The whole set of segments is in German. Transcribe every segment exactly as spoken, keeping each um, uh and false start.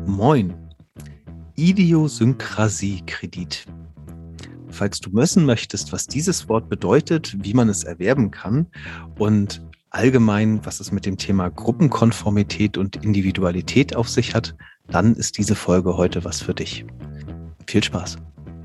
Moin, Idiosynkrasiekredit. Falls du wissen möchtest, was dieses Wort bedeutet, wie man es erwerben kann und allgemein, was es mit dem Thema Gruppenkonformität und Individualität auf sich hat, dann ist diese Folge heute was für dich. Viel Spaß!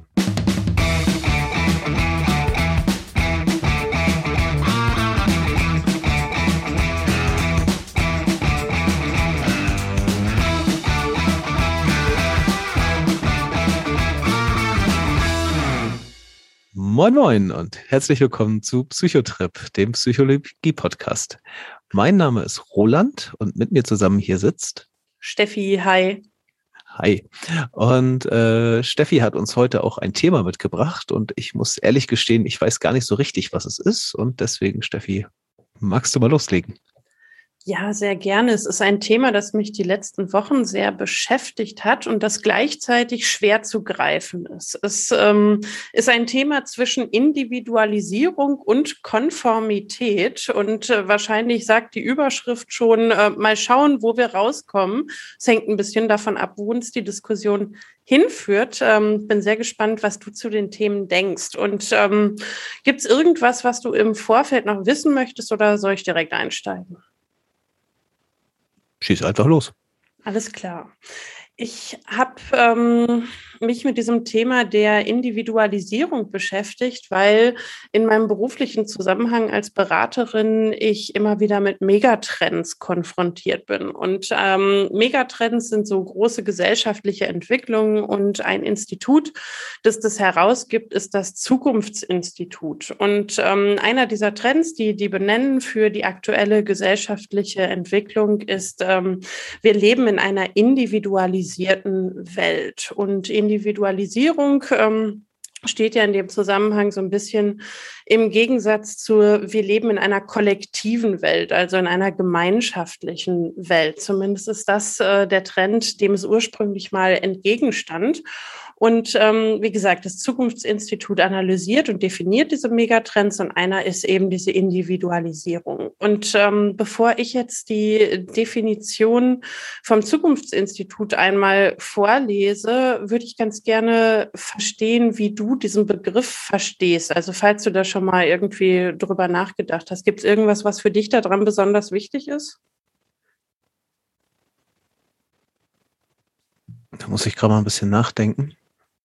Moin Moin und herzlich willkommen zu Psychotrip, dem Psychologie-Podcast. Mein Name ist Roland und mit mir zusammen hier sitzt Steffi, hi. Hi. Und äh, Steffi hat uns heute auch ein Thema mitgebracht und ich muss ehrlich gestehen, ich weiß gar nicht so richtig, was es ist und deswegen, Steffi, magst du mal loslegen? Ja, sehr gerne. Es ist ein Thema, das mich die letzten Wochen sehr beschäftigt hat und das gleichzeitig schwer zu greifen ist. Es ähm, ist ein Thema zwischen Individualisierung und Konformität und äh, wahrscheinlich sagt die Überschrift schon, äh, mal schauen, wo wir rauskommen. Es hängt ein bisschen davon ab, wo uns die Diskussion hinführt. Ähm, bin sehr gespannt, was du zu den Themen denkst. Und ähm, gibt es irgendwas, was du im Vorfeld noch wissen möchtest oder soll ich direkt einsteigen? Schieß einfach los. Alles klar. Ich habe ähm, mich mit diesem Thema der Individualisierung beschäftigt, weil in meinem beruflichen Zusammenhang als Beraterin ich immer wieder mit Megatrends konfrontiert bin. Und ähm, Megatrends sind so große gesellschaftliche Entwicklungen und ein Institut, das das herausgibt, ist das Zukunftsinstitut. Und ähm, einer dieser Trends, die die benennen für die aktuelle gesellschaftliche Entwicklung, ist, ähm, wir leben in einer Individualisierung Welt. Und Individualisierung ähm, steht ja in dem Zusammenhang so ein bisschen im Gegensatz zu, wir leben in einer kollektiven Welt, also in einer gemeinschaftlichen Welt. Zumindest ist das äh, der Trend, dem es ursprünglich mal entgegenstand. Und ähm, wie gesagt, das Zukunftsinstitut analysiert und definiert diese Megatrends und einer ist eben diese Individualisierung. Und ähm, bevor ich jetzt die Definition vom Zukunftsinstitut einmal vorlese, würde ich ganz gerne verstehen, wie du diesen Begriff verstehst. Also falls du da schon mal irgendwie drüber nachgedacht hast, gibt es irgendwas, was für dich daran besonders wichtig ist? Da muss ich gerade mal ein bisschen nachdenken.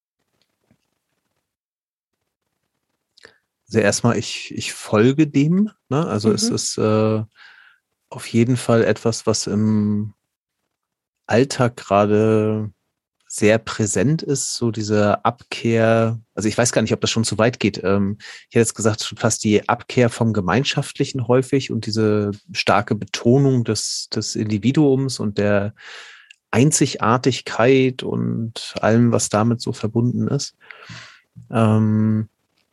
Also erstmal, ich, ich folge dem, ne? Also mhm. es ist äh, auf jeden Fall etwas, was im Alltag gerade sehr präsent ist, so diese Abkehr, also ich weiß gar nicht, ob das schon zu weit geht. Ähm, ich hätte jetzt gesagt, schon fast die Abkehr vom Gemeinschaftlichen häufig und diese starke Betonung des, des Individuums und der Einzigartigkeit und allem, was damit so verbunden ist. Ähm,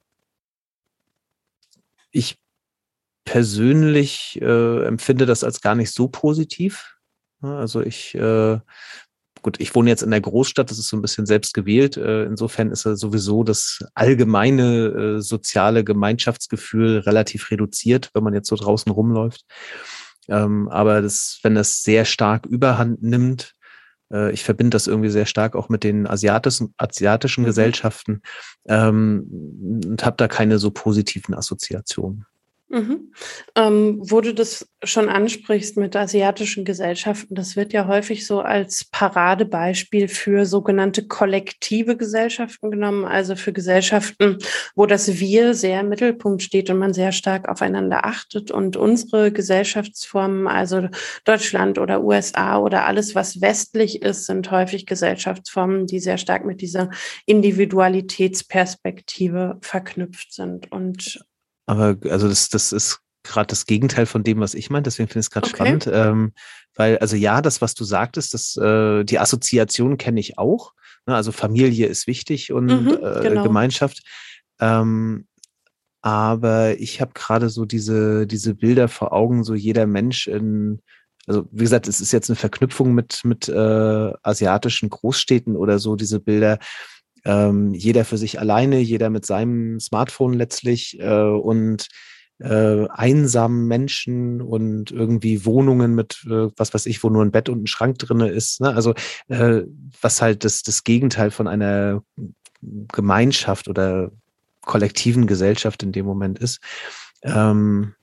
Ich persönlich äh, empfinde das als gar nicht so positiv. Also ich, äh, gut, ich wohne jetzt in der Großstadt, das ist so ein bisschen selbst gewählt. Äh, insofern ist ja sowieso das allgemeine äh, soziale Gemeinschaftsgefühl relativ reduziert, wenn man jetzt so draußen rumläuft. Ähm, aber das, wenn das sehr stark Überhand nimmt, äh, ich verbinde das irgendwie sehr stark auch mit den asiatischen, asiatischen mhm. Gesellschaften ähm, und habe da keine so positiven Assoziationen. Mhm. Ähm, wo du das schon ansprichst mit asiatischen Gesellschaften, das wird ja häufig so als Paradebeispiel für sogenannte kollektive Gesellschaften genommen, also für Gesellschaften, wo das Wir sehr im Mittelpunkt steht und man sehr stark aufeinander achtet. Und unsere Gesellschaftsformen, also Deutschland oder U S A oder alles, was westlich ist, sind häufig Gesellschaftsformen, die sehr stark mit dieser Individualitätsperspektive verknüpft sind. Und Aber also das, das ist gerade das Gegenteil von dem, was ich meine. Deswegen finde ich es gerade okay. spannend. Ähm, weil, also ja, das, was du sagtest, das, äh, die Assoziation kenne ich auch. Ne? Also Familie ist wichtig und Mhm, äh, genau. Gemeinschaft. Ähm, aber ich habe gerade so diese, diese Bilder vor Augen, so jeder Mensch in, also wie gesagt, es ist jetzt eine Verknüpfung mit, mit äh, asiatischen Großstädten oder so, diese Bilder. Ähm, jeder für sich alleine, jeder mit seinem Smartphone letztlich äh, und äh, einsamen Menschen und irgendwie Wohnungen mit, äh, was weiß ich, wo nur ein Bett und ein Schrank drinne ist. Ne? Also äh, was halt das, das Gegenteil von einer Gemeinschaft oder kollektiven Gesellschaft in dem Moment ist. Ähm,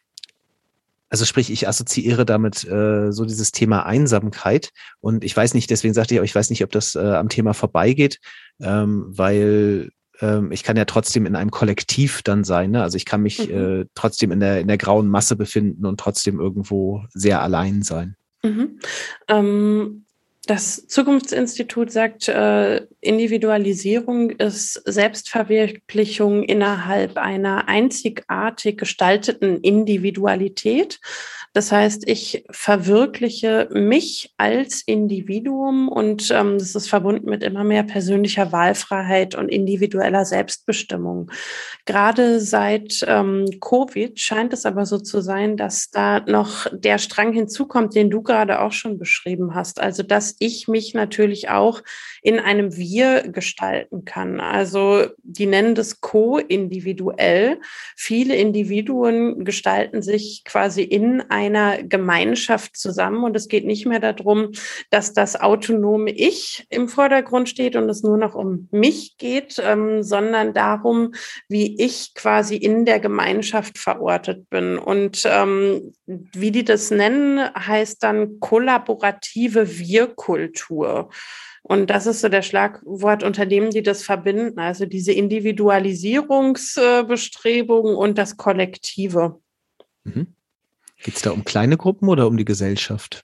Also sprich, ich assoziiere damit äh, so dieses Thema Einsamkeit. Und ich weiß nicht, deswegen sagte ich auch, ich weiß nicht, ob das äh, am Thema vorbeigeht, ähm, weil ähm, ich kann ja trotzdem in einem Kollektiv dann sein. Ne? Also ich kann mich Mhm. äh, trotzdem in der, in der grauen Masse befinden und trotzdem irgendwo sehr allein sein. Mhm. Ähm, das Zukunftsinstitut sagt, äh, Individualisierung ist Selbstverwirklichung innerhalb einer einzigartig gestalteten Individualität. Das heißt, ich verwirkliche mich als Individuum und ähm, das ist verbunden mit immer mehr persönlicher Wahlfreiheit und individueller Selbstbestimmung. Gerade seit ähm, Covid scheint es aber so zu sein, dass da noch der Strang hinzukommt, den du gerade auch schon beschrieben hast. Also, dass ich mich natürlich auch in einem Wir gestalten kann. Also, die nennen das co-individuell. Viele Individuen gestalten sich quasi in einer Gemeinschaft zusammen und es geht nicht mehr darum, dass das autonome Ich im Vordergrund steht und es nur noch um mich geht, ähm, sondern darum, wie ich quasi in der Gemeinschaft verortet bin. Und ähm, wie die das nennen, heißt dann kollaborative Wir-Kultur. Und das ist so der Schlagwort, unter dem die das verbinden. Also diese Individualisierungsbestrebungen und das Kollektive. Mhm. Geht es da um kleine Gruppen oder um die Gesellschaft?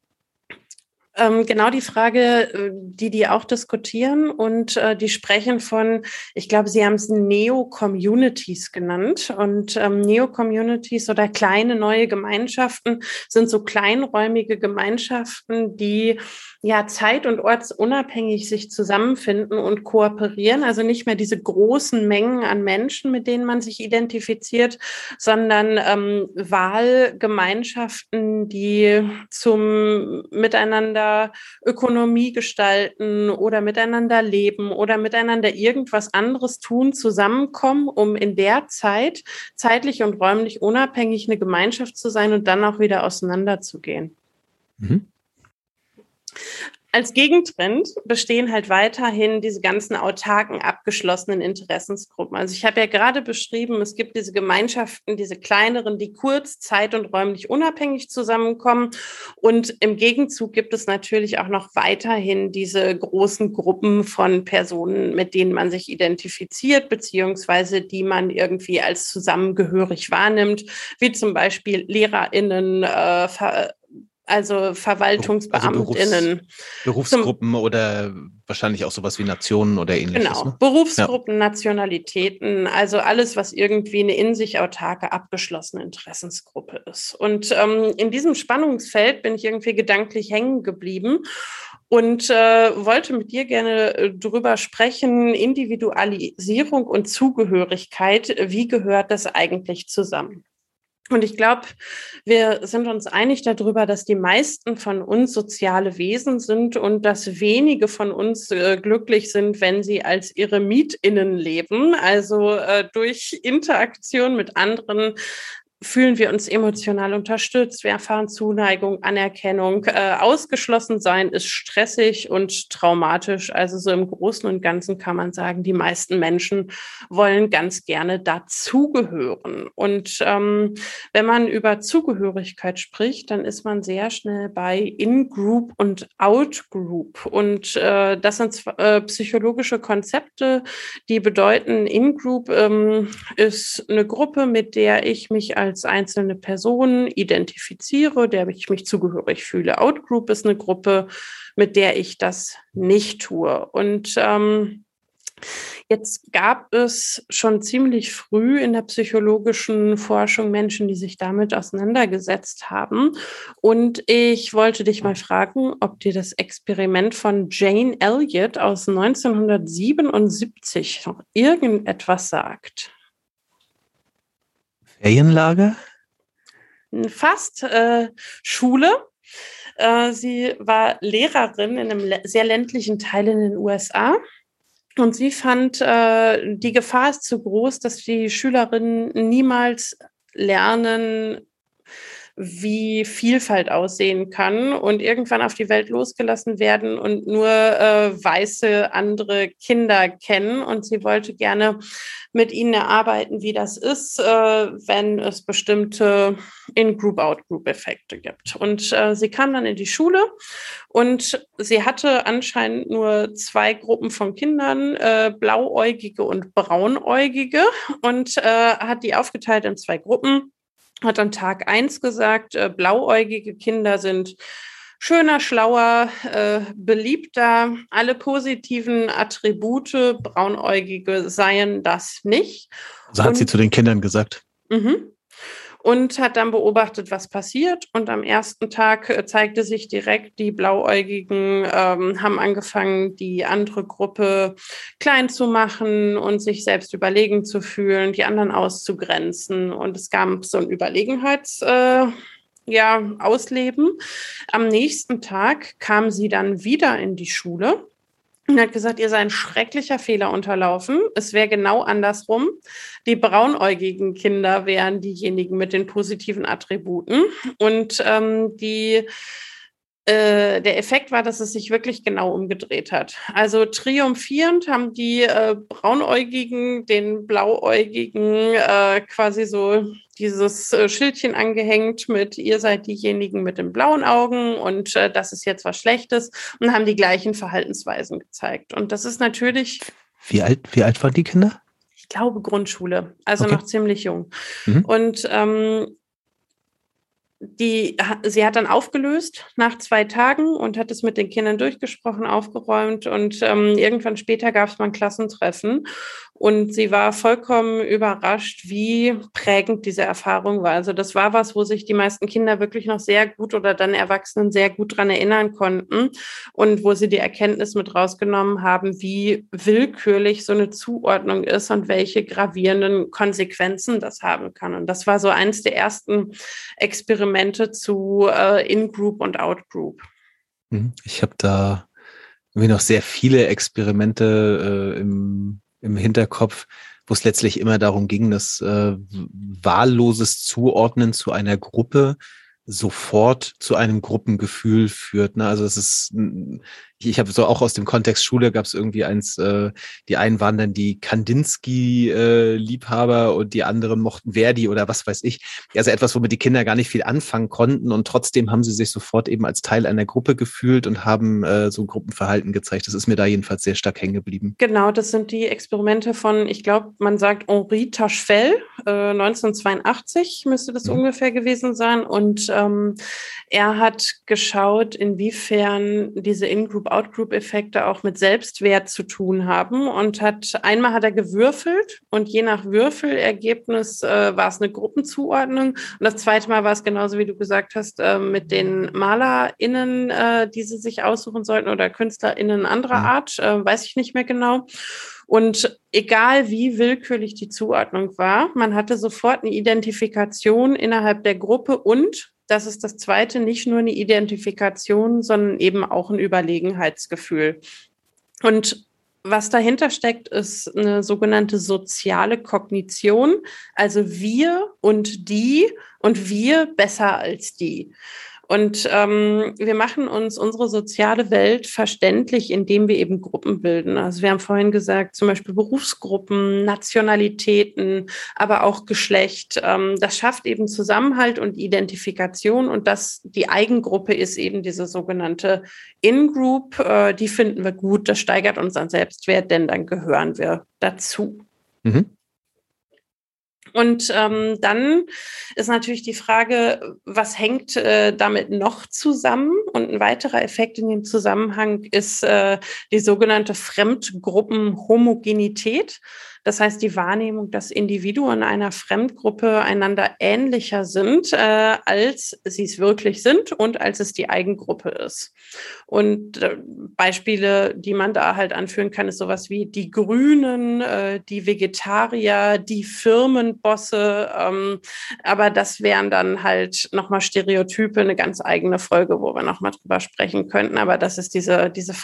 Ähm, genau die Frage, die die auch diskutieren und äh, die sprechen von, ich glaube, sie haben es Neo-Communities genannt und ähm, Neo-Communities oder kleine neue Gemeinschaften sind so kleinräumige Gemeinschaften, die ja zeit- und ortsunabhängig sich zusammenfinden und kooperieren, also nicht mehr diese großen Mengen an Menschen, mit denen man sich identifiziert, sondern ähm, Wahlgemeinschaften, die zum Miteinander Ökonomie gestalten oder miteinander leben oder miteinander irgendwas anderes tun, zusammenkommen, um in der Zeit zeitlich und räumlich unabhängig eine Gemeinschaft zu sein und dann auch wieder auseinanderzugehen. Mhm. Als Gegentrend bestehen halt weiterhin diese ganzen autarken, abgeschlossenen Interessensgruppen. Also ich habe ja gerade beschrieben, es gibt diese Gemeinschaften, diese kleineren, die kurz, zeit- und räumlich unabhängig zusammenkommen. Und im Gegenzug gibt es natürlich auch noch weiterhin diese großen Gruppen von Personen, mit denen man sich identifiziert, beziehungsweise die man irgendwie als zusammengehörig wahrnimmt, wie zum Beispiel LehrerInnen, äh, also Also Berufs, VerwaltungsbeamtInnen. Zum, Berufsgruppen oder wahrscheinlich auch sowas wie Nationen oder ähnliches, genau, ne? Ja. Berufsgruppen, Nationalitäten, also alles, was irgendwie eine in sich autarke, abgeschlossene Interessensgruppe ist. Und ähm, in diesem Spannungsfeld bin ich irgendwie gedanklich hängen geblieben und äh, wollte mit dir gerne äh, drüber sprechen, Individualisierung und Zugehörigkeit, wie gehört das eigentlich zusammen? Und ich glaube, wir sind uns einig darüber, dass die meisten von uns soziale Wesen sind und dass wenige von uns äh, glücklich sind, wenn sie als EremitInnen leben. Also äh, durch Interaktion mit anderen fühlen wir uns emotional unterstützt, wir erfahren Zuneigung, Anerkennung. Äh, ausgeschlossen sein ist stressig und traumatisch. Also so im Großen und Ganzen kann man sagen, die meisten Menschen wollen ganz gerne dazugehören. Und ähm, wenn man über Zugehörigkeit spricht, dann ist man sehr schnell bei In-Group und Out-Group. Und äh, das sind äh, psychologische Konzepte, die bedeuten, In-Group ähm, ist eine Gruppe, mit der ich mich als als einzelne Person identifiziere, der ich mich zugehörig fühle. Outgroup ist eine Gruppe, mit der ich das nicht tue. Und ähm, jetzt gab es schon ziemlich früh in der psychologischen Forschung Menschen, die sich damit auseinandergesetzt haben. Und ich wollte dich mal fragen, ob dir das Experiment von Jane Elliott aus neunzehnhundertsiebenundsiebzig noch irgendetwas sagt. Ferienlager? Fast äh, Schule. Äh, sie war Lehrerin in einem sehr ländlichen Teil in den U S A. Und sie fand, äh, die Gefahr ist zu groß, dass die Schülerinnen niemals lernen, wie Vielfalt aussehen kann und irgendwann auf die Welt losgelassen werden und nur äh, weiße andere Kinder kennen. Und sie wollte gerne mit ihnen erarbeiten, wie das ist, äh, wenn es bestimmte In-Group, Out-Group-Effekte gibt. Und äh, sie kam dann in die Schule und sie hatte anscheinend nur zwei Gruppen von Kindern, äh, Blauäugige und Braunäugige, und äh, hat die aufgeteilt in zwei Gruppen. Hat an Tag eins gesagt, äh, blauäugige Kinder sind schöner, schlauer, äh, beliebter, alle positiven Attribute, braunäugige seien das nicht. So hat und, sie zu den Kindern gesagt. Mhm. Und hat dann beobachtet, was passiert. Und am ersten Tag äh, zeigte sich direkt, die Blauäugigen ähm, haben angefangen, die andere Gruppe klein zu machen und sich selbst überlegen zu fühlen, die anderen auszugrenzen. Und es gab so ein Überlegenheits... Äh, ja, Ausleben. Am nächsten Tag kam sie dann wieder in die Schule und hat gesagt, ihr sei ein schrecklicher Fehler unterlaufen. Es wäre genau andersrum. Die braunäugigen Kinder wären diejenigen mit den positiven Attributen. Und ähm, die Äh, der Effekt war, dass es sich wirklich genau umgedreht hat. Also triumphierend haben die äh, Braunäugigen den Blauäugigen äh, quasi so dieses äh, Schildchen angehängt mit, ihr seid diejenigen mit den blauen Augen und äh, das ist jetzt was Schlechtes, und haben die gleichen Verhaltensweisen gezeigt. Und das ist natürlich... Wie alt, wie alt waren die Kinder? Ich glaube Grundschule, also okay. noch ziemlich jung. Mhm. Und ähm, Die, sie hat dann aufgelöst nach zwei Tagen und hat es mit den Kindern durchgesprochen, aufgeräumt, und ähm, irgendwann später gab es mal ein Klassentreffen und sie war vollkommen überrascht, wie prägend diese Erfahrung war. Also das war was, wo sich die meisten Kinder wirklich noch sehr gut oder dann Erwachsenen sehr gut dran erinnern konnten und wo sie die Erkenntnis mit rausgenommen haben, wie willkürlich so eine Zuordnung ist und welche gravierenden Konsequenzen das haben kann. Und das war so eins der ersten Experimente zu äh, In-Group und Out-Group. Ich habe da irgendwie noch sehr viele Experimente äh, im, im Hinterkopf, wo es letztlich immer darum ging, das äh, wahlloses Zuordnen zu einer Gruppe sofort zu einem Gruppengefühl führt. Ne? Also es ist, ich, ich habe so auch aus dem Kontext Schule gab es irgendwie eins, äh, die einen waren dann die Kandinsky-Liebhaber äh, und die anderen mochten Verdi oder was weiß ich. Also etwas, womit die Kinder gar nicht viel anfangen konnten, und trotzdem haben sie sich sofort eben als Teil einer Gruppe gefühlt und haben äh, so ein Gruppenverhalten gezeigt. Das ist mir da jedenfalls sehr stark hängen geblieben. Genau, das sind die Experimente von, ich glaube, man sagt Henri Tachefel, äh, neunzehnhundertzweiundachtzig müsste das mhm. ungefähr gewesen sein, und ähm, er hat geschaut, inwiefern diese In-Group-Out-Group-Effekte auch mit Selbstwert zu tun haben, und hat einmal hat er gewürfelt und je nach Würfelergebnis äh, war es eine Gruppenzuordnung, und das zweite Mal war es genauso, wie du gesagt hast, äh, mit den MalerInnen, äh, die sie sich aussuchen sollten, oder KünstlerInnen anderer mhm. Art, äh, weiß ich nicht mehr genau. Und egal wie willkürlich die Zuordnung war, man hatte sofort eine Identifikation innerhalb der Gruppe, und das ist das Zweite, nicht nur eine Identifikation, sondern eben auch ein Überlegenheitsgefühl. Und was dahinter steckt, ist eine sogenannte soziale Kognition, also wir und die und wir besser als die. Und ähm, wir machen uns unsere soziale Welt verständlich, indem wir eben Gruppen bilden. Also wir haben vorhin gesagt, zum Beispiel Berufsgruppen, Nationalitäten, aber auch Geschlecht. Ähm, das schafft eben Zusammenhalt und Identifikation. Und das, die Eigengruppe ist eben diese sogenannte In-Group. Äh, die finden wir gut. Das steigert unseren Selbstwert, denn dann gehören wir dazu. Mhm. Und ähm, dann ist natürlich die Frage, was hängt äh, damit noch zusammen? Und ein weiterer Effekt in dem Zusammenhang ist äh, die sogenannte Fremdgruppenhomogenität. Das heißt, die Wahrnehmung, dass Individuen einer Fremdgruppe einander ähnlicher sind, äh, als sie es wirklich sind und als es die Eigengruppe ist. Und äh, Beispiele, die man da halt anführen kann, ist sowas wie die Grünen, äh, die Vegetarier, die Firmenbosse. Ähm, aber das wären dann halt nochmal Stereotype, eine ganz eigene Folge, wo wir nochmal drüber sprechen könnten. Aber das ist diese, diese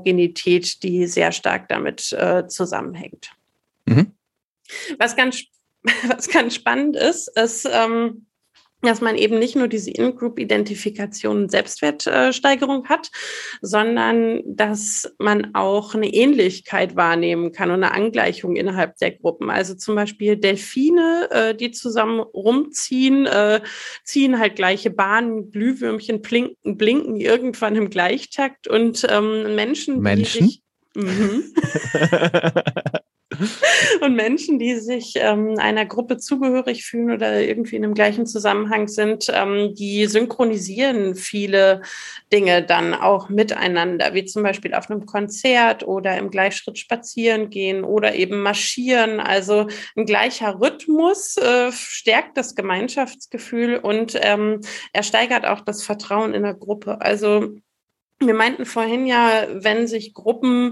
Fremdgruppenhomogenität, die sehr stark damit äh, zusammenhängt. Mhm. Was ganz was ganz spannend ist, ist, ähm, dass man eben nicht nur diese In-Group-Identifikation und Selbstwertsteigerung äh, hat, sondern dass man auch eine Ähnlichkeit wahrnehmen kann und eine Angleichung innerhalb der Gruppen. Also zum Beispiel Delfine, äh, die zusammen rumziehen, äh, ziehen halt gleiche Bahnen, Glühwürmchen blinken, blinken irgendwann im Gleichtakt und ähm, Menschen, die Menschen? sich Mhm. Und Menschen, die sich ähm, einer Gruppe zugehörig fühlen oder irgendwie in einem gleichen Zusammenhang sind, ähm, die synchronisieren viele Dinge dann auch miteinander, wie zum Beispiel auf einem Konzert oder im Gleichschritt spazieren gehen oder eben marschieren. Also ein gleicher Rhythmus äh, stärkt das Gemeinschaftsgefühl und ähm, er steigert auch das Vertrauen in der Gruppe. Also wir meinten vorhin ja, wenn sich Gruppen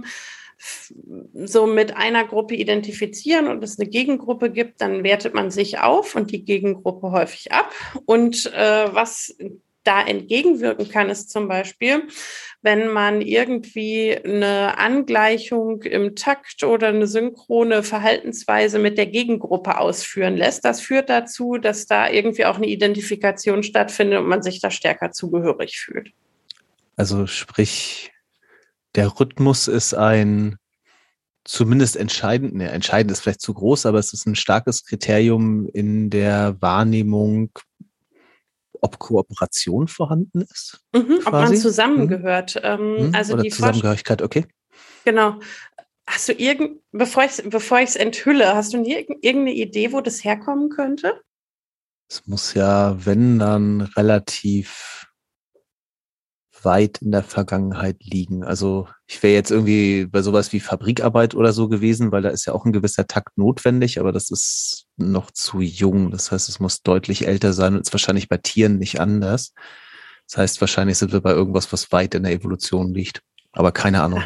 so mit einer Gruppe identifizieren und es eine Gegengruppe gibt, dann wertet man sich auf und die Gegengruppe häufig ab. Und äh, was da entgegenwirken kann, ist zum Beispiel, wenn man irgendwie eine Angleichung im Takt oder eine synchrone Verhaltensweise mit der Gegengruppe ausführen lässt. Das führt dazu, dass da irgendwie auch eine Identifikation stattfindet und man sich da stärker zugehörig fühlt. Also sprich, der Rhythmus ist ein zumindest entscheidend, ne, entscheidend ist vielleicht zu groß, aber es ist ein starkes Kriterium in der Wahrnehmung, ob Kooperation vorhanden ist. Mhm, ob man quasi. zusammengehört. Ähm, Hm? also Oder die Zusammengehörigkeit, okay. Genau. Hast du irgend, bevor ich bevor ich es enthülle, hast du nie irgendeine Idee, wo das herkommen könnte? Es muss ja, wenn dann, relativ weit in der Vergangenheit liegen. Also ich wäre jetzt irgendwie bei sowas wie Fabrikarbeit oder so gewesen, weil da ist ja auch ein gewisser Takt notwendig, aber das ist noch zu jung. Das heißt, es muss deutlich älter sein und ist wahrscheinlich bei Tieren nicht anders. Das heißt, wahrscheinlich sind wir bei irgendwas, was weit in der Evolution liegt. Aber keine Ahnung.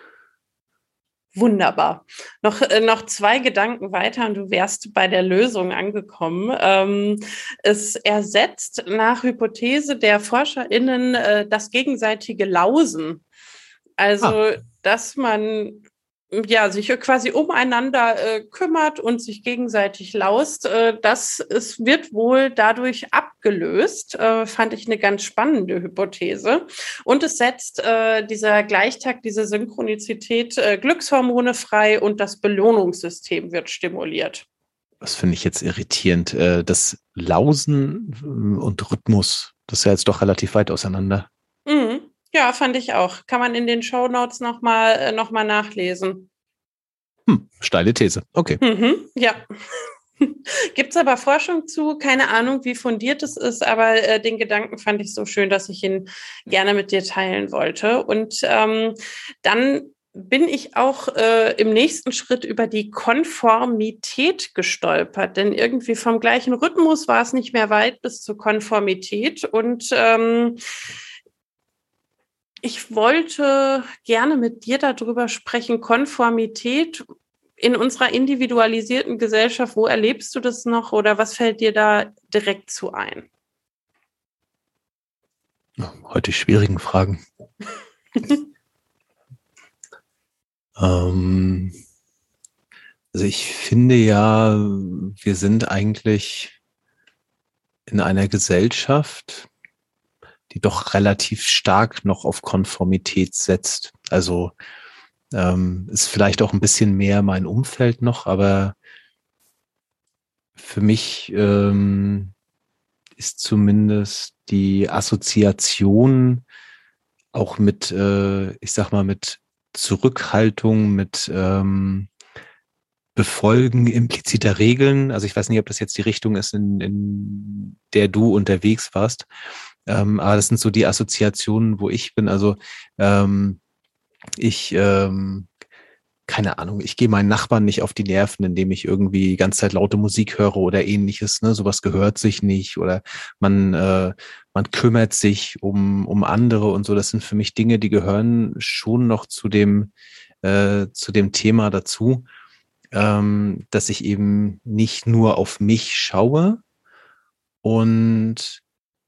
Wunderbar. Noch, äh, noch zwei Gedanken weiter und du wärst bei der Lösung angekommen. Ähm, es ersetzt nach Hypothese der ForscherInnen äh, das gegenseitige Lausen. Also, Ah. dass man ja, sich quasi umeinander äh, kümmert und sich gegenseitig laust, äh, das es wird wohl dadurch abgelöst, äh, fand ich eine ganz spannende Hypothese. Und es setzt äh, dieser Gleichtakt, diese Synchronizität äh, Glückshormone frei und das Belohnungssystem wird stimuliert. Das finde ich jetzt irritierend. Äh, Das Lausen und Rhythmus, das ist ja jetzt doch relativ weit auseinander. Mhm. Ja, fand ich auch. Kann man in den Shownotes nochmal äh, noch mal nachlesen. Hm, steile These. Okay. Mhm, ja. Gibt es aber Forschung zu? Keine Ahnung, wie fundiert es ist, aber äh, den Gedanken fand ich so schön, dass ich ihn gerne mit dir teilen wollte. Und ähm, dann bin ich auch äh, im nächsten Schritt über die Konformität gestolpert, denn irgendwie vom gleichen Rhythmus war es nicht mehr weit bis zur Konformität. Und ähm, ich wollte gerne mit dir darüber sprechen, Konformität in unserer individualisierten Gesellschaft. Wo erlebst du das noch oder was fällt dir da direkt zu ein? Heute schwierigen Fragen. ähm, also ich finde ja, wir sind eigentlich in einer Gesellschaft, die doch relativ stark noch auf Konformität setzt. Also ähm, ist vielleicht auch ein bisschen mehr mein Umfeld noch, aber für mich ähm, ist zumindest die Assoziation auch mit, äh, ich sag mal, mit Zurückhaltung, mit ähm, Befolgen impliziter Regeln. Also ich weiß nicht, ob das jetzt die Richtung ist, in, in der du unterwegs warst. Ähm, aber das sind so die Assoziationen, wo ich bin. Also ähm, ich, ähm, keine Ahnung, ich gehe meinen Nachbarn nicht auf die Nerven, indem ich irgendwie die ganze Zeit laute Musik höre oder ähnliches. Ne? Sowas gehört sich nicht oder man, äh, man kümmert sich um, um andere und so. Das sind für mich Dinge, die gehören schon noch zu dem, äh, zu dem Thema dazu, ähm, dass ich eben nicht nur auf mich schaue und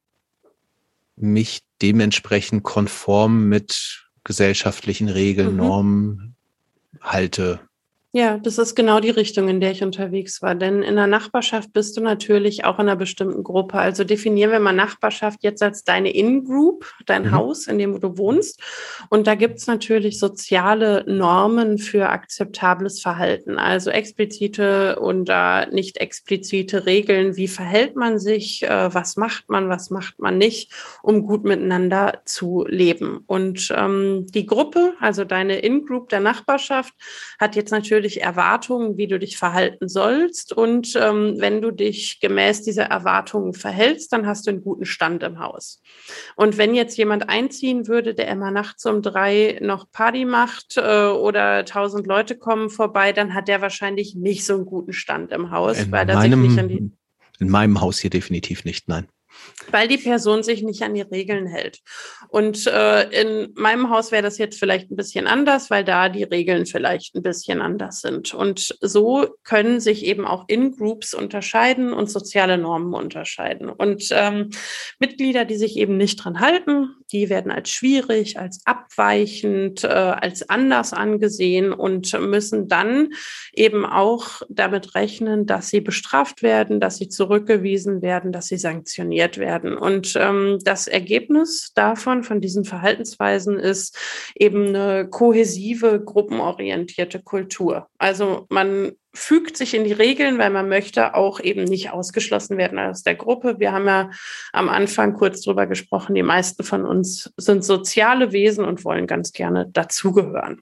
mich dementsprechend konform mit gesellschaftlichen Regeln, Mhm. Normen halte. Ja, das ist genau die Richtung, in der ich unterwegs war. Denn in der Nachbarschaft bist du natürlich auch in einer bestimmten Gruppe. Also definieren wir mal Nachbarschaft jetzt als deine In-Group, dein Mhm. Haus, in dem du wohnst. Und da gibt es natürlich soziale Normen für akzeptables Verhalten. Also explizite und äh, nicht explizite Regeln. Wie verhält man sich? Äh, was macht man? Was macht man nicht, um gut miteinander zu leben? Und ähm, die Gruppe, also deine In-Group der Nachbarschaft, hat jetzt natürlich Erwartungen, wie du dich verhalten sollst. Und ähm, wenn du dich gemäß dieser Erwartungen verhältst, dann hast du einen guten Stand im Haus. Und wenn jetzt jemand einziehen würde, der immer nachts um drei noch Party macht äh, oder tausend Leute kommen vorbei, dann hat der wahrscheinlich nicht so einen guten Stand im Haus, In weil er sich nicht an die, meinem, in meinem Haus hier definitiv nicht, nein. weil die Person sich nicht an die Regeln hält. Und äh, in meinem Haus wäre das jetzt vielleicht ein bisschen anders, weil da die Regeln vielleicht ein bisschen anders sind. Und so können sich eben auch In-Groups unterscheiden und soziale Normen unterscheiden. Und ähm, Mitglieder, die sich eben nicht dran halten, die werden als schwierig, als abweichend, äh, als anders angesehen und müssen dann eben auch damit rechnen, dass sie bestraft werden, dass sie zurückgewiesen werden, dass sie sanktioniert werden. Und ähm, das Ergebnis davon, von diesen Verhaltensweisen, ist eben eine kohäsive, gruppenorientierte Kultur. Also man fügt sich in die Regeln, weil man möchte auch eben nicht ausgeschlossen werden aus der Gruppe. Wir haben ja am Anfang kurz drüber gesprochen, die meisten von uns sind soziale Wesen und wollen ganz gerne dazugehören.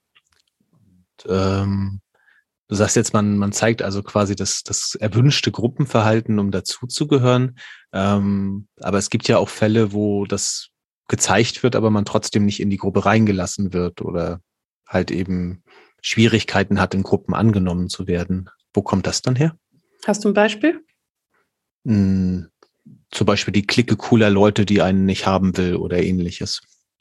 Ähm, Du sagst jetzt, man, man zeigt also quasi das, das erwünschte Gruppenverhalten, um dazuzugehören. Ähm, aber es gibt ja auch Fälle, wo das gezeigt wird, aber man trotzdem nicht in die Gruppe reingelassen wird oder halt eben Schwierigkeiten hat, in Gruppen angenommen zu werden. Wo kommt das dann her? Hast du ein Beispiel? Hm, zum Beispiel die Clique cooler Leute, die einen nicht haben will oder ähnliches.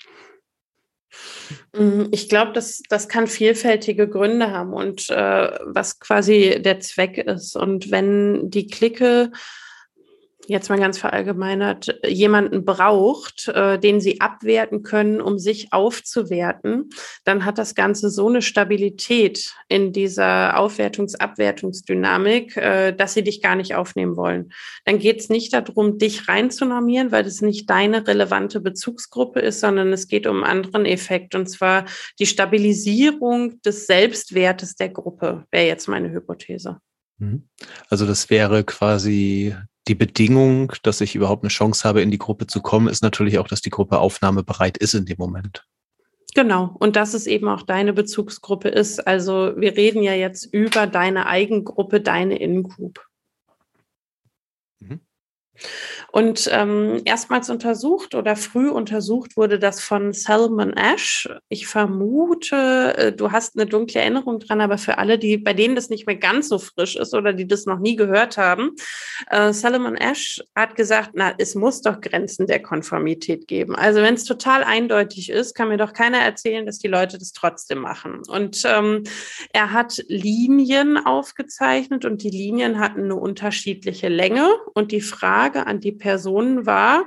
Ich glaube, das, das kann vielfältige Gründe haben und äh, was quasi der Zweck ist. Und wenn die Clique jetzt mal ganz verallgemeinert, jemanden braucht, äh, den sie abwerten können, um sich aufzuwerten, dann hat das Ganze so eine Stabilität in dieser Aufwertungs-Abwertungsdynamik, äh, dass sie dich gar nicht aufnehmen wollen. Dann geht es nicht darum, dich reinzunormieren, weil das nicht deine relevante Bezugsgruppe ist, sondern es geht um einen anderen Effekt, und zwar die Stabilisierung des Selbstwertes der Gruppe, wäre jetzt meine Hypothese. Also das wäre quasi die Bedingung, dass ich überhaupt eine Chance habe, in die Gruppe zu kommen, ist natürlich auch, dass die Gruppe aufnahmebereit ist in dem Moment. Genau. Und dass es eben auch deine Bezugsgruppe ist. Also wir reden ja jetzt über deine Eigengruppe, deine In-Group. Mhm. Und ähm, erstmals untersucht oder früh untersucht wurde das von Salman Ash. Ich vermute, äh, du hast eine dunkle Erinnerung dran, aber für alle, die, bei denen das nicht mehr ganz so frisch ist oder die das noch nie gehört haben, äh, Salman Ash hat gesagt, na, es muss doch Grenzen der Konformität geben. Also wenn es total eindeutig ist, kann mir doch keiner erzählen, dass die Leute das trotzdem machen. Und ähm, er hat Linien aufgezeichnet und die Linien hatten eine unterschiedliche Länge. Und die Frage an die Personen war,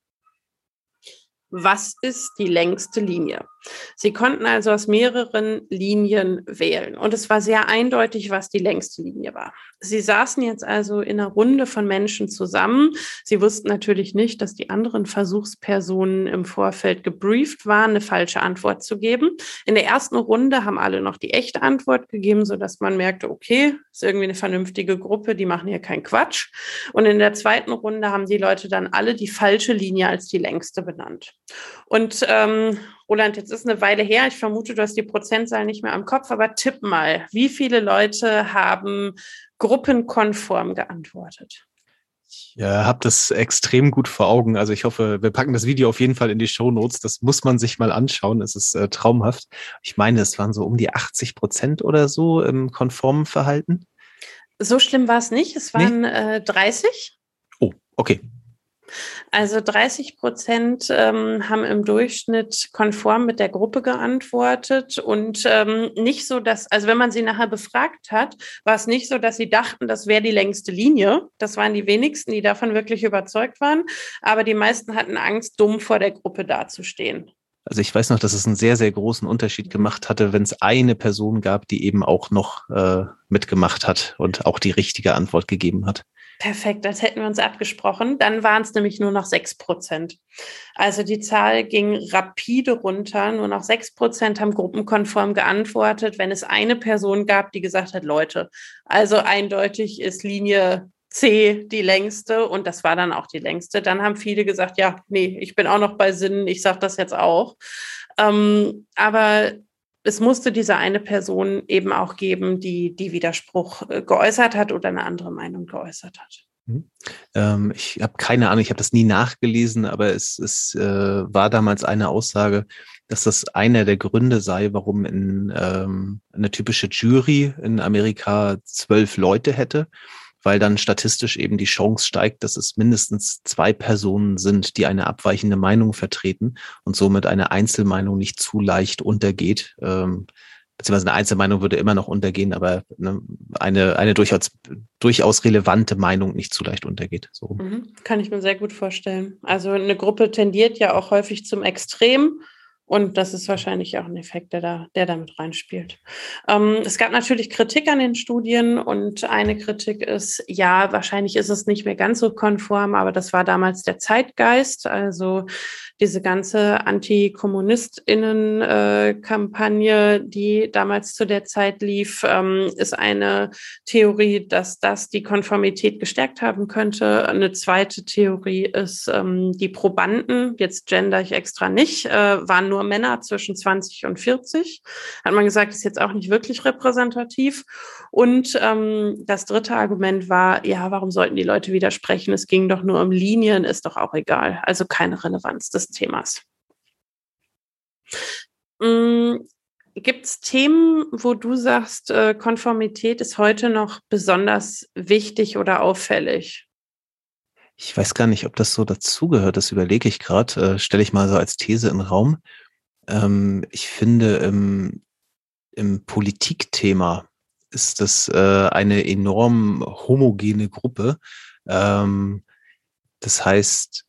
was ist die längste Linie? Sie konnten also aus mehreren Linien wählen. Und es war sehr eindeutig, was die längste Linie war. Sie saßen jetzt also in einer Runde von Menschen zusammen. Sie wussten natürlich nicht, dass die anderen Versuchspersonen im Vorfeld gebrieft waren, eine falsche Antwort zu geben. In der ersten Runde haben alle noch die echte Antwort gegeben, sodass man merkte, okay, ist irgendwie eine vernünftige Gruppe, die machen hier keinen Quatsch. Und in der zweiten Runde haben die Leute dann alle die falsche Linie als die längste benannt. Und ähm, Roland, jetzt ist eine Weile her. Ich vermute, du hast die Prozentzahl nicht mehr am Kopf, aber tipp mal, wie viele Leute haben gruppenkonform geantwortet? Ich äh, habe das extrem gut vor Augen. Also ich hoffe, wir packen das Video auf jeden Fall in die Shownotes. Das muss man sich mal anschauen. Es ist äh, traumhaft. Ich meine, es waren so um die achtzig Prozent oder so im konformen Verhalten. So schlimm war es nicht. Es waren Nee? äh, dreißig. Oh, okay. Also dreißig Prozent ähm, haben im Durchschnitt konform mit der Gruppe geantwortet und ähm, nicht so, dass, also wenn man sie nachher befragt hat, war es nicht so, dass sie dachten, das wäre die längste Linie. Das waren die wenigsten, die davon wirklich überzeugt waren. Aber die meisten hatten Angst, dumm vor der Gruppe dazustehen. Also ich weiß noch, dass es einen sehr, sehr großen Unterschied gemacht hatte, wenn es eine Person gab, die eben auch noch äh, mitgemacht hat und auch die richtige Antwort gegeben hat. Perfekt, als hätten wir uns abgesprochen. Dann waren es nämlich nur noch sechs Prozent. Also die Zahl ging rapide runter. Nur noch sechs Prozent haben gruppenkonform geantwortet, wenn es eine Person gab, die gesagt hat, Leute, also eindeutig ist Linie C die längste und das war dann auch die längste. Dann haben viele gesagt, ja, nee, ich bin auch noch bei Sinnen, ich sage das jetzt auch. Ähm, aber es musste diese eine Person eben auch geben, die die Widerspruch äh, geäußert hat oder eine andere Meinung geäußert hat. Mhm. Ähm, ich habe keine Ahnung, ich habe das nie nachgelesen, aber es, es äh, war damals eine Aussage, dass das einer der Gründe sei, warum in ähm, eine typische Jury in Amerika zwölf Leute hätte, weil dann statistisch eben die Chance steigt, dass es mindestens zwei Personen sind, die eine abweichende Meinung vertreten und somit eine Einzelmeinung nicht zu leicht untergeht. Ähm, beziehungsweise eine Einzelmeinung würde immer noch untergehen, aber ne, eine, eine durchaus, durchaus relevante Meinung nicht zu leicht untergeht. So. Mhm. Kann ich mir sehr gut vorstellen. Also eine Gruppe tendiert ja auch häufig zum Extrem. Und das ist wahrscheinlich auch ein Effekt, der da, der damit reinspielt. Ähm, es gab natürlich Kritik an den Studien und eine Kritik ist, ja, wahrscheinlich ist es nicht mehr ganz so konform, aber das war damals der Zeitgeist. Also diese ganze Anti-KommunistInnen-Kampagne, äh, die damals zu der Zeit lief, ähm, ist eine Theorie, dass das die Konformität gestärkt haben könnte. Eine zweite Theorie ist, ähm, die Probanden, jetzt gender ich extra nicht, äh, waren nur Männer zwischen zwanzig und vierzig. Hat man gesagt, ist jetzt auch nicht wirklich repräsentativ. Und ähm, das dritte Argument war, ja, warum sollten die Leute widersprechen? Es ging doch nur um Linien, ist doch auch egal. Also keine Relevanz des Themas. Mhm. Gibt es Themen, wo du sagst, äh, Konformität ist heute noch besonders wichtig oder auffällig? Ich weiß gar nicht, ob das so dazugehört, das überlege ich gerade, äh, stelle ich mal so als These in den Raum. Ähm, ich finde, im, im Politikthema ist das äh, eine enorm homogene Gruppe. Ähm, das heißt,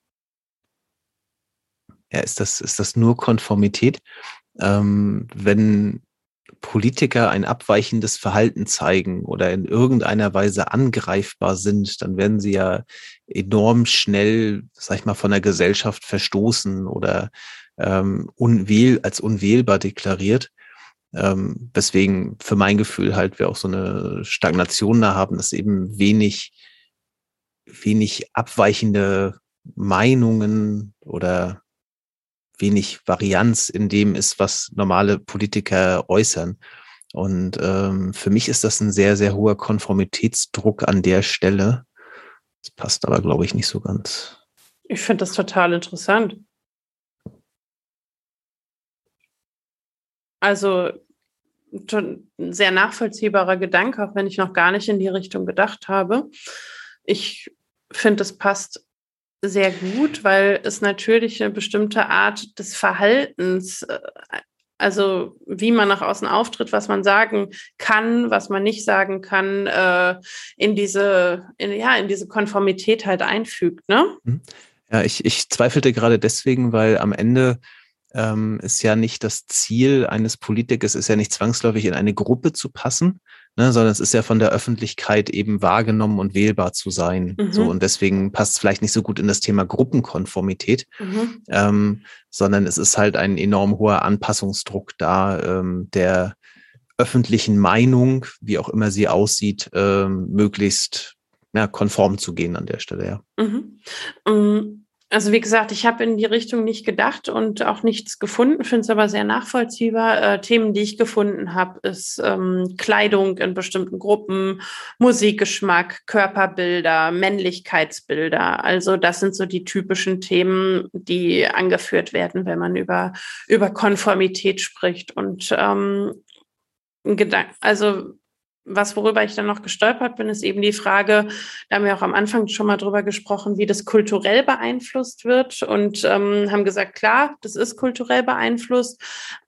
ja, ist das, ist das nur Konformität? Ähm, wenn Politiker ein abweichendes Verhalten zeigen oder in irgendeiner Weise angreifbar sind, dann werden sie ja enorm schnell, sag ich mal, von der Gesellschaft verstoßen oder ähm, unwähl, als unwählbar deklariert. Ähm, weswegen für mein Gefühl halt wir auch so eine Stagnation da haben, dass eben wenig, wenig abweichende Meinungen oder wenig Varianz in dem ist, was normale Politiker äußern. Und ähm, für mich ist das ein sehr, sehr hoher Konformitätsdruck an der Stelle. Das passt aber, glaube ich, nicht so ganz. Ich finde das total interessant. Also ein sehr nachvollziehbarer Gedanke, auch wenn ich noch gar nicht in die Richtung gedacht habe. Ich finde, es passt sehr gut, weil es natürlich eine bestimmte Art des Verhaltens, also wie man nach außen auftritt, was man sagen kann, was man nicht sagen kann, äh, in diese, in, ja, in diese Konformität halt einfügt, ne? Ja, ich, ich zweifelte gerade deswegen, weil am Ende ähm, ist ja nicht das Ziel eines Politikers, ist ja nicht zwangsläufig in eine Gruppe zu passen, ne, sondern es ist ja von der Öffentlichkeit eben wahrgenommen und wählbar zu sein. Mhm. So, und deswegen passt es vielleicht nicht so gut in das Thema Gruppenkonformität, Mhm. ähm, sondern es ist halt ein enorm hoher Anpassungsdruck da, ähm, der öffentlichen Meinung, wie auch immer sie aussieht, ähm, möglichst ja, konform zu gehen an der Stelle, ja. Mhm. Um Also wie gesagt, ich habe in die Richtung nicht gedacht und auch nichts gefunden, finde es aber sehr nachvollziehbar. Äh, Themen, die ich gefunden habe, ist ähm, Kleidung in bestimmten Gruppen, Musikgeschmack, Körperbilder, Männlichkeitsbilder. Also das sind so die typischen Themen, die angeführt werden, wenn man über, über Konformität spricht. Und ähm, ein Gedanke, also was, worüber ich dann noch gestolpert bin, ist eben die Frage, da haben wir auch am Anfang schon mal drüber gesprochen, wie das kulturell beeinflusst wird und ähm, haben gesagt, klar, das ist kulturell beeinflusst,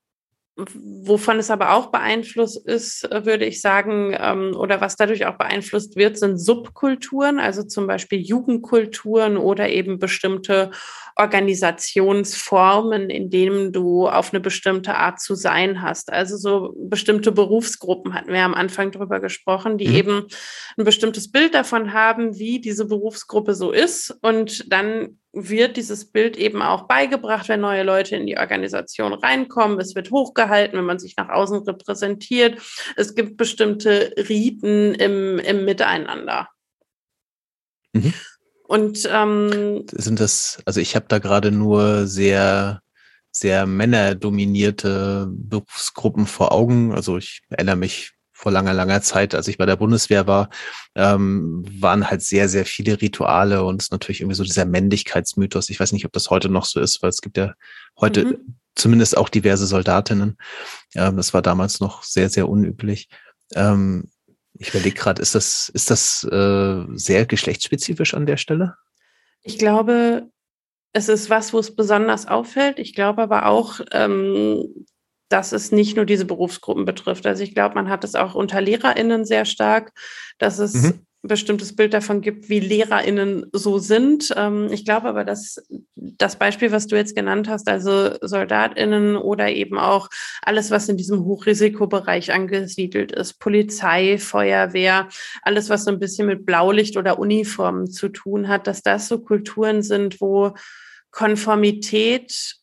Wovon es aber auch beeinflusst ist, würde ich sagen, ähm, oder was dadurch auch beeinflusst wird, sind Subkulturen, also zum Beispiel Jugendkulturen oder eben bestimmte Organisationsformen, in denen du auf eine bestimmte Art zu sein hast. Also so bestimmte Berufsgruppen hatten wir am Anfang drüber gesprochen, die Mhm. eben ein bestimmtes Bild davon haben, wie diese Berufsgruppe so ist. Und dann wird dieses Bild eben auch beigebracht, wenn neue Leute in die Organisation reinkommen. Es wird hochgehalten, wenn man sich nach außen repräsentiert. Es gibt bestimmte Riten im, im Miteinander. Mhm. Und ähm, Sind das, also ich habe da gerade nur sehr, sehr männerdominierte Berufsgruppen vor Augen. Also ich erinnere mich vor langer, langer Zeit, als ich bei der Bundeswehr war, ähm, waren halt sehr, sehr viele Rituale und es ist natürlich irgendwie so dieser Männlichkeitsmythos. Ich weiß nicht, ob das heute noch so ist, weil es gibt ja heute mhm. zumindest auch diverse Soldatinnen. Ähm, das war damals noch sehr, sehr unüblich. Ähm, ich überlege gerade, ist das, ist das äh, sehr geschlechtsspezifisch an der Stelle? Ich glaube, es ist was, wo es besonders auffällt. Ich glaube aber auch, ähm, dass es nicht nur diese Berufsgruppen betrifft. Also ich glaube, man hat es auch unter LehrerInnen sehr stark, dass es Mhm. ein bestimmtes Bild davon gibt, wie LehrerInnen so sind. Ähm, ich glaube aber, dass das Beispiel, was du jetzt genannt hast, also SoldatInnen oder eben auch alles, was in diesem Hochrisikobereich angesiedelt ist, Polizei, Feuerwehr, alles, was so ein bisschen mit Blaulicht oder Uniformen zu tun hat, dass das so Kulturen sind, wo Konformität,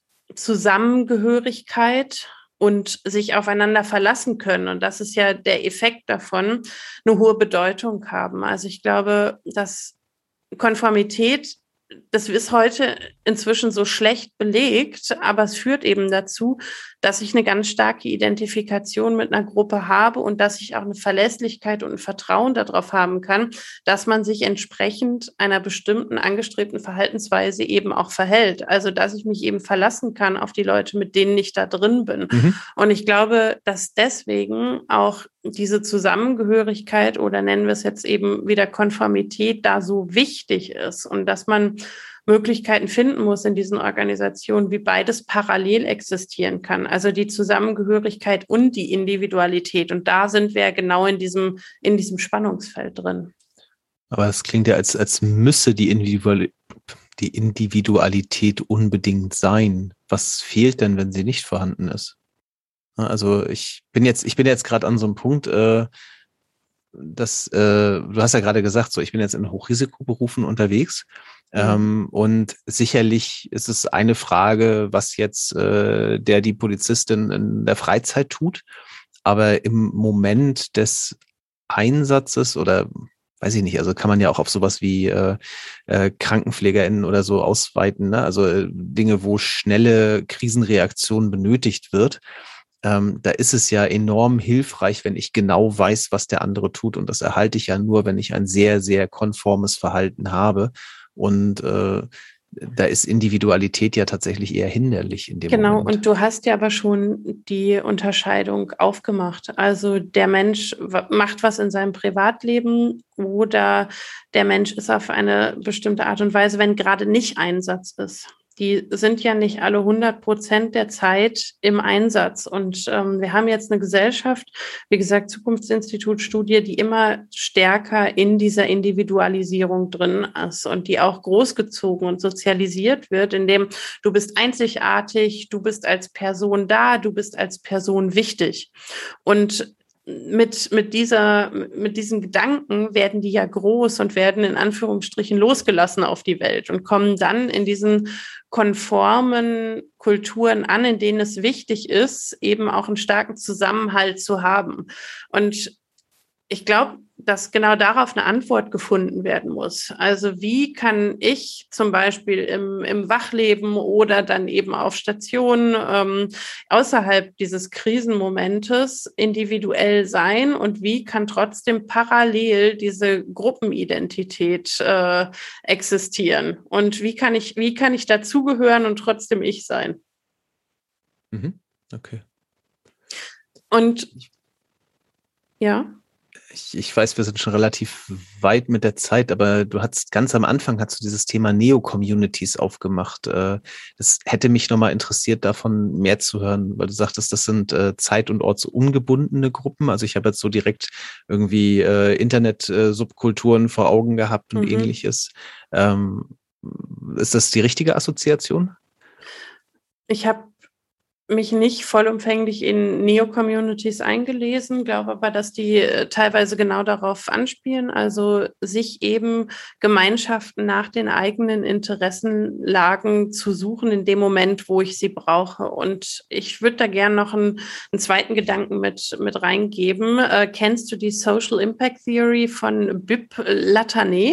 Zusammengehörigkeit und sich aufeinander verlassen können. Und das ist ja der Effekt davon, eine hohe Bedeutung haben. Also ich glaube, dass Konformität, das ist heute inzwischen so schlecht belegt, aber es führt eben dazu, dass ich eine ganz starke Identifikation mit einer Gruppe habe und dass ich auch eine Verlässlichkeit und ein Vertrauen darauf haben kann, dass man sich entsprechend einer bestimmten angestrebten Verhaltensweise eben auch verhält. Also, dass ich mich eben verlassen kann auf die Leute, mit denen ich da drin bin. Mhm. Und ich glaube, dass deswegen auch diese Zusammengehörigkeit oder nennen wir es jetzt eben wieder Konformität da so wichtig ist und dass man Möglichkeiten finden muss in diesen Organisationen, wie beides parallel existieren kann. Also die Zusammengehörigkeit und die Individualität. Und da sind wir genau in diesem, in diesem Spannungsfeld drin. Aber es klingt ja, als, als müsse die, Individual, die Individualität unbedingt sein. Was fehlt denn, wenn sie nicht vorhanden ist? Also ich bin jetzt, ich bin jetzt gerade an so einem Punkt, äh, dass äh, du hast ja gerade gesagt, so ich bin jetzt in Hochrisikoberufen unterwegs. Mhm. Ähm, und sicherlich ist es eine Frage, was jetzt äh, der die Polizistin in der Freizeit tut. Aber im Moment des Einsatzes oder weiß ich nicht, also kann man ja auch auf sowas wie äh, äh, KrankenpflegerInnen oder so ausweiten, ne? Also äh, Dinge, wo schnelle Krisenreaktion benötigt wird. Ähm, da ist es ja enorm hilfreich, wenn ich genau weiß, was der andere tut. Und das erhalte ich ja nur, wenn ich ein sehr, sehr konformes Verhalten habe. Und äh, da ist Individualität ja tatsächlich eher hinderlich in dem Genau, Moment. und du hast ja aber schon die Unterscheidung aufgemacht. Also der Mensch macht was in seinem Privatleben oder der Mensch ist auf eine bestimmte Art und Weise, wenn gerade nicht Einsatz ist. Die sind ja nicht alle hundert Prozent der Zeit im Einsatz. Und ähm, wir haben jetzt eine Gesellschaft, wie gesagt, Zukunftsinstitut-Studie, die immer stärker in dieser Individualisierung drin ist und die auch großgezogen und sozialisiert wird, indem du bist einzigartig, du bist als Person da, du bist als Person wichtig. Und mit, mit, dieser, mit diesen Gedanken werden die ja groß und werden in Anführungsstrichen losgelassen auf die Welt und kommen dann in diesen konformen Kulturen an, in denen es wichtig ist, eben auch einen starken Zusammenhalt zu haben. Und ich glaube, dass genau darauf eine Antwort gefunden werden muss. Also wie kann ich zum Beispiel im, im Wachleben oder dann eben auf Stationen ähm, außerhalb dieses Krisenmomentes individuell sein und wie kann trotzdem parallel diese Gruppenidentität äh, existieren? Und wie kann ich, wie kann ich dazugehören und trotzdem ich sein? Mhm. Okay. Und ja. Ich, ich weiß, wir sind schon relativ weit mit der Zeit, aber du hast ganz am Anfang hast du dieses Thema Neo-Communities aufgemacht. Äh, Das hätte mich nochmal interessiert, davon mehr zu hören, weil du sagtest, das sind äh, zeit- und ortsungebundene Gruppen. Also ich habe jetzt so direkt irgendwie äh, Internet-Subkulturen vor Augen gehabt und Mhm. ähnliches. Ähm, Ist das die richtige Assoziation? Ich habe mich nicht vollumfänglich in Neo-Communities eingelesen, glaube aber, dass die äh, teilweise genau darauf anspielen, also sich eben Gemeinschaften nach den eigenen Interessenlagen zu suchen in dem Moment, wo ich sie brauche. Und ich würde da gerne noch einen, einen zweiten Gedanken mit, mit reingeben. Äh, kennst du die Social Impact Theory von Bib Latané?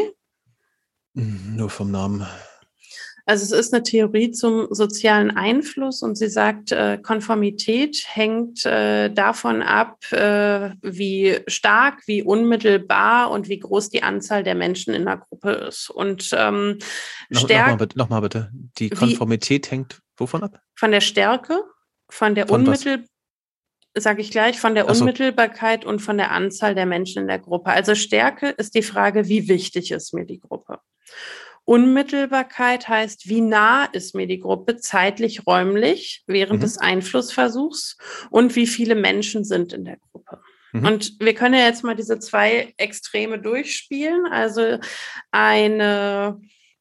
Nur vom Namen. Also es ist eine Theorie zum sozialen Einfluss und sie sagt, äh, Konformität hängt äh, davon ab, äh, wie stark, wie unmittelbar und wie groß die Anzahl der Menschen in der Gruppe ist. Und ähm, No, Nochmal stärk bitte, noch mal bitte. Die wie Konformität hängt wovon ab? von der Stärke, von der Von was? Unmittel, sage ich gleich, von der Ach so. Unmittelbarkeit und von der Anzahl der Menschen in der Gruppe. Also Stärke ist die Frage, wie wichtig ist mir die Gruppe? Unmittelbarkeit heißt, wie nah ist mir die Gruppe zeitlich, räumlich während Mhm. des Einflussversuchs und wie viele Menschen sind in der Gruppe. Mhm. Und wir können ja jetzt mal diese zwei Extreme durchspielen. Also eine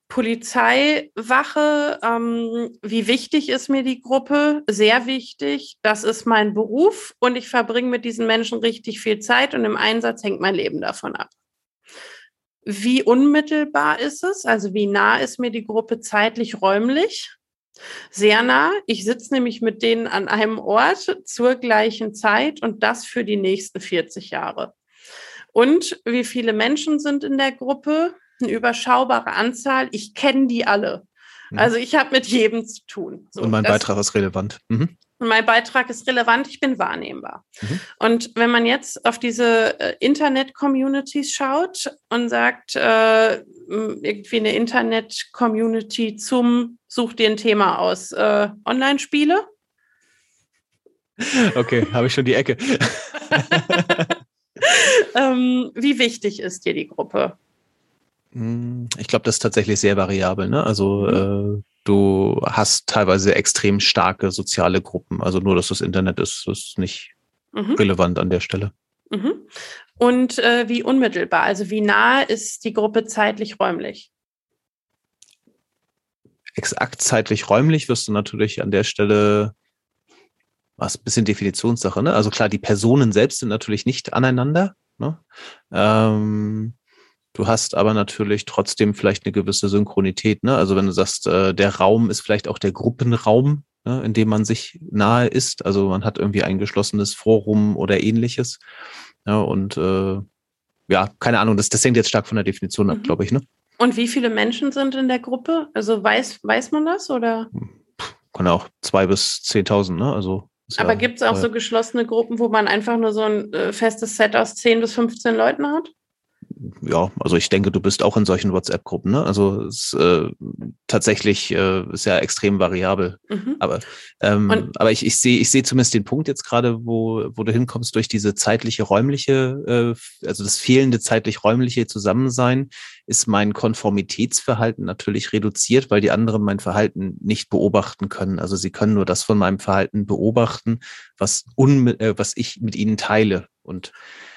Polizeiwache, ähm, wie wichtig ist mir die Gruppe? Sehr wichtig. Das ist mein Beruf und ich verbringe mit diesen Menschen richtig viel Zeit und im Einsatz hängt mein Leben davon ab. Wie unmittelbar ist es? Also wie nah ist mir die Gruppe zeitlich, räumlich? Sehr nah. Ich sitze nämlich mit denen an einem Ort zur gleichen Zeit und das für die nächsten vierzig Jahre. Und wie viele Menschen sind in der Gruppe? Eine überschaubare Anzahl. Ich kenne die alle. Mhm. Also ich habe mit jedem zu tun. Und So, mein das, Beitrag ist relevant. Mhm. mein Beitrag ist relevant, ich bin wahrnehmbar. Mhm. Und wenn man jetzt auf diese äh, Internet-Communities schaut und sagt, äh, irgendwie eine Internet-Community zum, such dir ein Thema aus, äh, Online-Spiele. Okay, habe ich schon die Ecke. ähm, wie wichtig ist dir die Gruppe? Hm, Ich glaube, das ist tatsächlich sehr variabel. Ne? Also Mhm. äh, du hast teilweise extrem starke soziale Gruppen. Also nur, dass das Internet ist, ist nicht Mhm. relevant an der Stelle. Mhm. Und äh, wie unmittelbar, also wie nah ist die Gruppe zeitlich, räumlich? Exakt zeitlich räumlich wirst du natürlich an der Stelle, was ein bisschen Definitionssache, ne? Also klar, die Personen selbst sind natürlich nicht aneinander. Ne? Ähm, Du hast aber natürlich trotzdem vielleicht eine gewisse Synchronität, ne? Also wenn du sagst, äh, der Raum ist vielleicht auch der Gruppenraum, ne, in dem man sich nahe ist. Also man hat irgendwie ein geschlossenes Forum oder ähnliches. Ja, und äh, ja, keine Ahnung, das, das hängt jetzt stark von der Definition ab, Mhm. glaube ich, ne? Und wie viele Menschen sind in der Gruppe? Also weiß, weiß man das oder? Kann auch zwei bis zehntausend, ne? Also ist Aber ja, gibt es auch äh, so geschlossene Gruppen, wo man einfach nur so ein äh, festes Set aus zehn bis fünfzehn Leuten hat? ja, also ich denke, du bist auch in solchen WhatsApp-Gruppen, ne? Also es äh, tatsächlich äh, ist ja extrem variabel. Mhm. Aber, ähm, Und, aber ich, ich sehe ich sehe zumindest den Punkt jetzt gerade, wo, wo du hinkommst durch diese zeitliche, räumliche, äh, also das fehlende zeitlich-räumliche Zusammensein, ist mein Konformitätsverhalten natürlich reduziert, weil die anderen mein Verhalten nicht beobachten können. Also sie können nur das von meinem Verhalten beobachten, was, un, äh, was ich mit ihnen teile. Und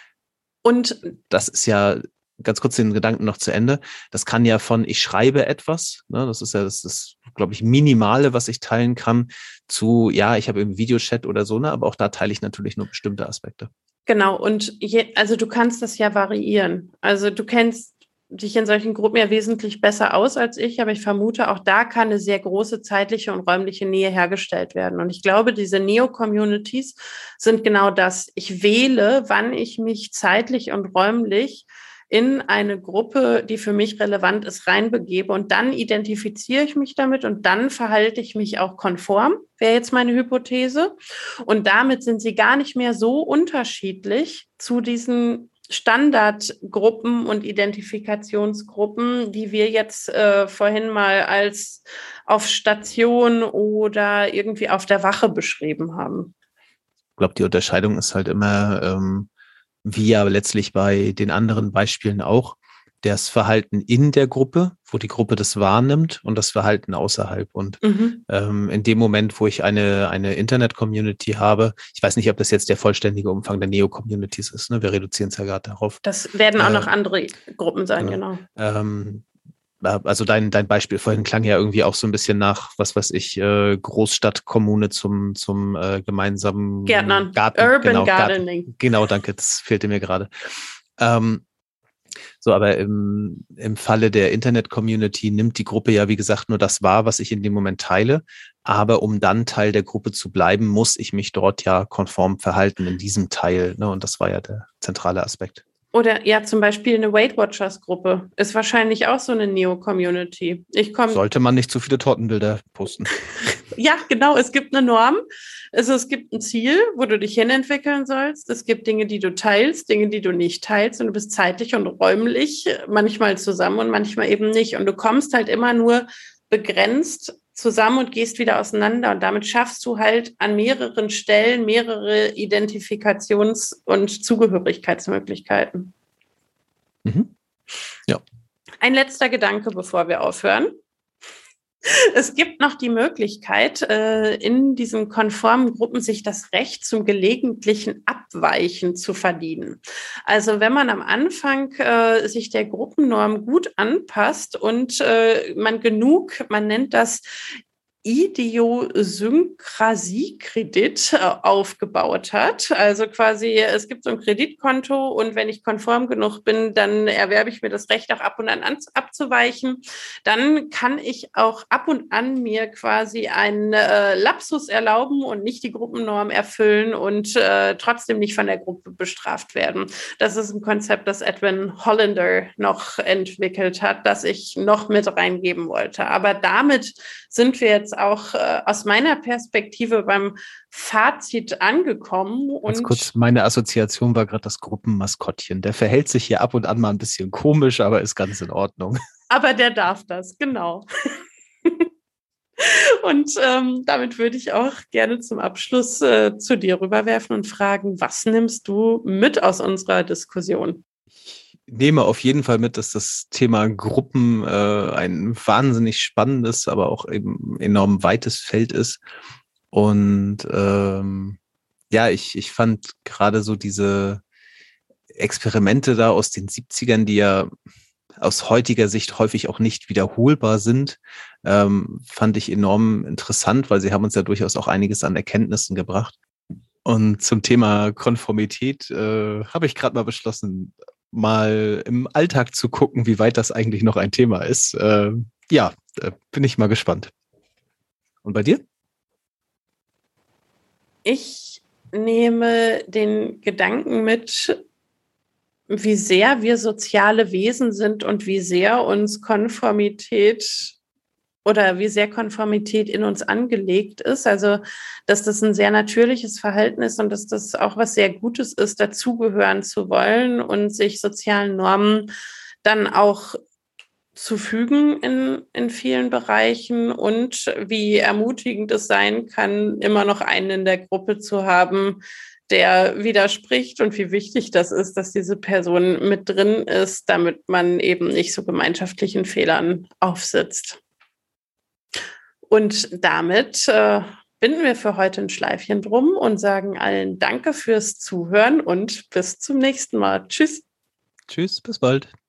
und das ist ja, ganz kurz den Gedanken noch zu Ende, das kann ja von, ich schreibe etwas, ne, das ist ja das, das glaube ich, Minimale, was ich teilen kann, zu, ja, ich habe im Videochat oder so, ne, aber auch da teile ich natürlich nur bestimmte Aspekte. genau, und je, also du kannst das ja variieren. Also du kennst dich in solchen Gruppen ja wesentlich besser aus als ich, aber ich vermute, auch da kann eine sehr große zeitliche und räumliche Nähe hergestellt werden. Und ich glaube, diese Neo-Communities sind genau das. Ich wähle, wann ich mich zeitlich und räumlich in eine Gruppe, die für mich relevant ist, reinbegebe. Und dann identifiziere ich mich damit und dann verhalte ich mich auch konform, wäre jetzt meine Hypothese. Und damit sind sie gar nicht mehr so unterschiedlich zu diesen Standardgruppen und Identifikationsgruppen, die wir jetzt äh, vorhin mal als auf Station oder irgendwie auf der Wache beschrieben haben. Ich glaube, die Unterscheidung ist halt immer, ähm, wie ja letztlich bei den anderen Beispielen auch, das Verhalten in der Gruppe, wo die Gruppe das wahrnimmt, und das Verhalten außerhalb. Und mhm. ähm, in dem Moment, wo ich eine, eine Internet-Community habe, ich weiß nicht, ob das jetzt der vollständige Umfang der Neo-Communities ist, ne? Wir reduzieren es ja gerade darauf. Das werden auch äh, noch andere Gruppen sein, genau. genau. Ähm, also dein, dein Beispiel vorhin klang ja irgendwie auch so ein bisschen nach, was weiß ich, äh, Großstadtkommune zum, zum äh, gemeinsamen Gärtnern. Garten. Urban genau, Gardening. Garten. Genau, danke, das fehlte mir gerade. Ähm, So, aber im, im Falle der Internet-Community nimmt die Gruppe ja, wie gesagt, nur das wahr, was ich in dem Moment teile. Aber um dann Teil der Gruppe zu bleiben, muss ich mich dort ja konform verhalten in diesem Teil. Ne? Und das war ja der zentrale Aspekt. Oder ja, zum Beispiel eine Weight Watchers-Gruppe ist wahrscheinlich auch so eine Neo-Community. Ich komm Sollte man nicht zu viele Tortenbilder posten. Ja, genau. Es gibt eine Norm. Also es gibt ein Ziel, wo du dich hinentwickeln sollst. Es gibt Dinge, die du teilst, Dinge, die du nicht teilst. Und du bist zeitlich und räumlich manchmal zusammen und manchmal eben nicht. Und du kommst halt immer nur begrenzt zusammen und gehst wieder auseinander. Und damit schaffst du halt an mehreren Stellen mehrere Identifikations- und Zugehörigkeitsmöglichkeiten. Mhm. Ja. Ein letzter Gedanke, bevor wir aufhören. Es gibt noch die Möglichkeit, in diesen konformen Gruppen sich das Recht zum gelegentlichen Abweichen zu verdienen. Also wenn man am Anfang sich der Gruppennorm gut anpasst und man genug, man nennt das Idiosynkrasiekredit aufgebaut hat. Also quasi, es gibt so ein Kreditkonto und wenn ich konform genug bin, dann erwerbe ich mir das Recht, auch ab und an abzuweichen. Dann kann ich auch ab und an mir quasi einen äh, Lapsus erlauben und nicht die Gruppennorm erfüllen und äh, trotzdem nicht von der Gruppe bestraft werden. Das ist ein Konzept, das Edwin Hollander noch entwickelt hat, das ich noch mit reingeben wollte. Aber damit sind wir jetzt auch äh, aus meiner Perspektive beim Fazit angekommen. Ganz und kurz, meine Assoziation war gerade das Gruppenmaskottchen. Der verhält sich hier ab und an mal ein bisschen komisch, aber ist ganz in Ordnung. Aber der darf das, genau. Und ähm, damit würde ich auch gerne zum Abschluss äh, zu dir rüberwerfen und fragen, was nimmst du mit aus unserer Diskussion? Ich nehme auf jeden Fall mit, dass das Thema Gruppen äh, ein wahnsinnig spannendes, aber auch eben enorm weites Feld ist. Und ähm, ja, ich, ich fand gerade so diese Experimente da aus den siebzigern, die ja aus heutiger Sicht häufig auch nicht wiederholbar sind, ähm, fand ich enorm interessant, weil sie haben uns ja durchaus auch einiges an Erkenntnissen gebracht. Und zum Thema Konformität äh, habe ich gerade mal beschlossen, mal im Alltag zu gucken, wie weit das eigentlich noch ein Thema ist. Äh, ja, da bin ich mal gespannt. Und bei dir? Ich nehme den Gedanken mit, wie sehr wir soziale Wesen sind und wie sehr uns Konformität oder wie sehr Konformität in uns angelegt ist. Also, dass das ein sehr natürliches Verhalten ist und dass das auch was sehr Gutes ist, dazugehören zu wollen und sich sozialen Normen dann auch zu fügen in, in vielen Bereichen und wie ermutigend es sein kann, immer noch einen in der Gruppe zu haben, der widerspricht und wie wichtig das ist, dass diese Person mit drin ist, damit man eben nicht so gemeinschaftlichen Fehlern aufsitzt. Und damit äh, binden wir für heute ein Schleifchen drum und sagen allen Danke fürs Zuhören und bis zum nächsten Mal. Tschüss. Tschüss, bis bald.